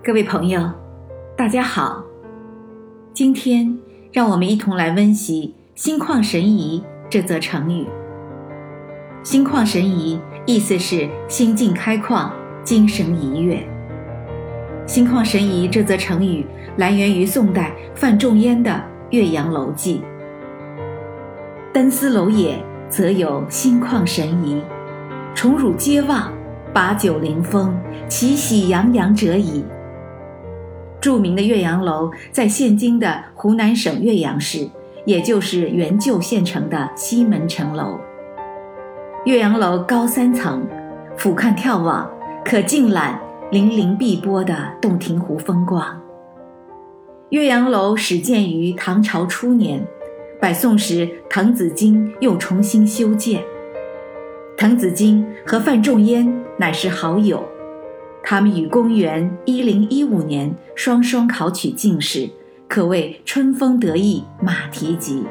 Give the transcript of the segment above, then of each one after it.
各位朋友，大家好。今天让我们一同来温习心旷神怡这则成语。心旷神怡意思是心境开旷，精神怡悦。心旷神怡这则成语来源于宋代范仲淹的《岳阳楼记》。登斯楼也，则有心旷神怡，宠辱皆忘，把酒临风，其喜洋洋者矣。著名的岳阳楼在现今的湖南省岳阳市，也就是原旧县城的西门城楼。岳阳楼高3层，俯瞰眺望，可尽览粼粼碧波的洞庭湖风光。岳阳楼始建于唐朝初年，北宋时滕子京又重新修建。滕子京和范仲淹乃是好友，他们于公元1015年双双考取进士，可谓春风得意马蹄疾。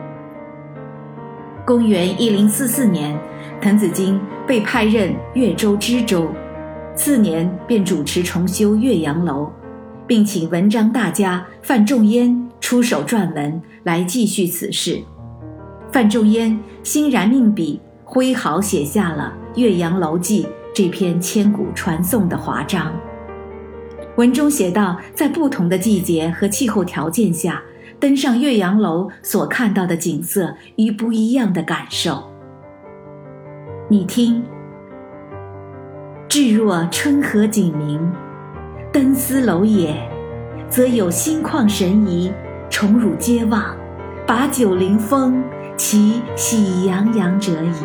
公元1044年，滕子京被派任岳州知州，次年便主持重修岳阳楼，并请文章大家范仲淹出手撰文来继续此事。范仲淹欣然命笔，挥毫写下了《岳阳楼记》这篇千古传颂的华章。文中写道，在不同的季节和气候条件下，登上岳阳楼所看到的景色与不一样的感受。你听，至若春和景明，登斯楼也，则有心旷神怡，宠辱皆忘，把酒临风，其喜洋洋者矣。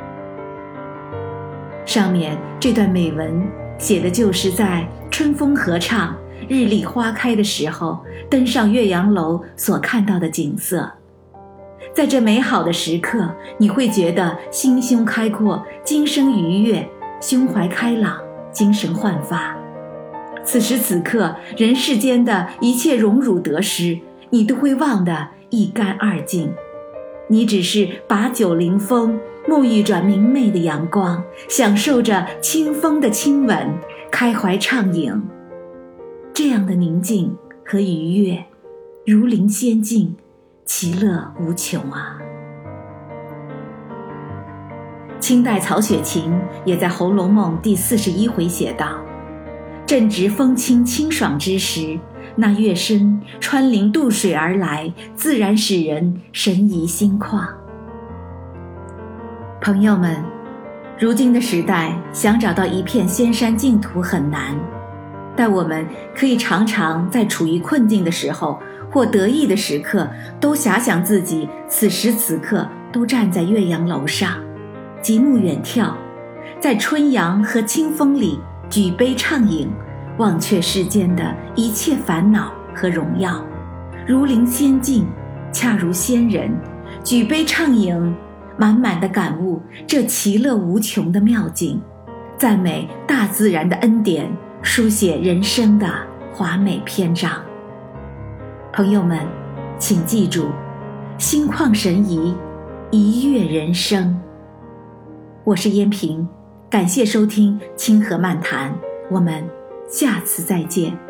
上面这段美文写的就是在春风和畅、日丽花开的时候，登上岳阳楼所看到的景色。在这美好的时刻，你会觉得心胸开阔，精神愉悦，胸怀开朗，精神焕发。此时此刻，人世间的一切荣辱得失，你都会忘得一干二净。你只是把酒临风，沐浴着明媚的阳光，享受着清风的亲吻，开怀畅饮。这样的宁静和愉悦，如临仙境，其乐无穷啊！清代曹雪芹也在《红楼梦》第41回写道：正值风清清爽之时，那乐声穿林渡水而来，自然使人神怡心旷。朋友们，如今的时代，想找到一片仙山净土很难，但我们可以常常在处于困境的时候或得意的时刻，都遐想自己此时此刻都站在岳阳楼上，极目远眺，在春阳和清风里举杯畅饮，忘却世间的一切烦恼和荣耀，如临仙境，恰如仙人，举杯畅饮，满满的感悟这其乐无穷的妙境，赞美大自然的恩典，书写人生的华美篇章。朋友们，请记住，心旷神怡，怡悦人生。我是燕平，感谢收听清河漫谈，我们下次再见。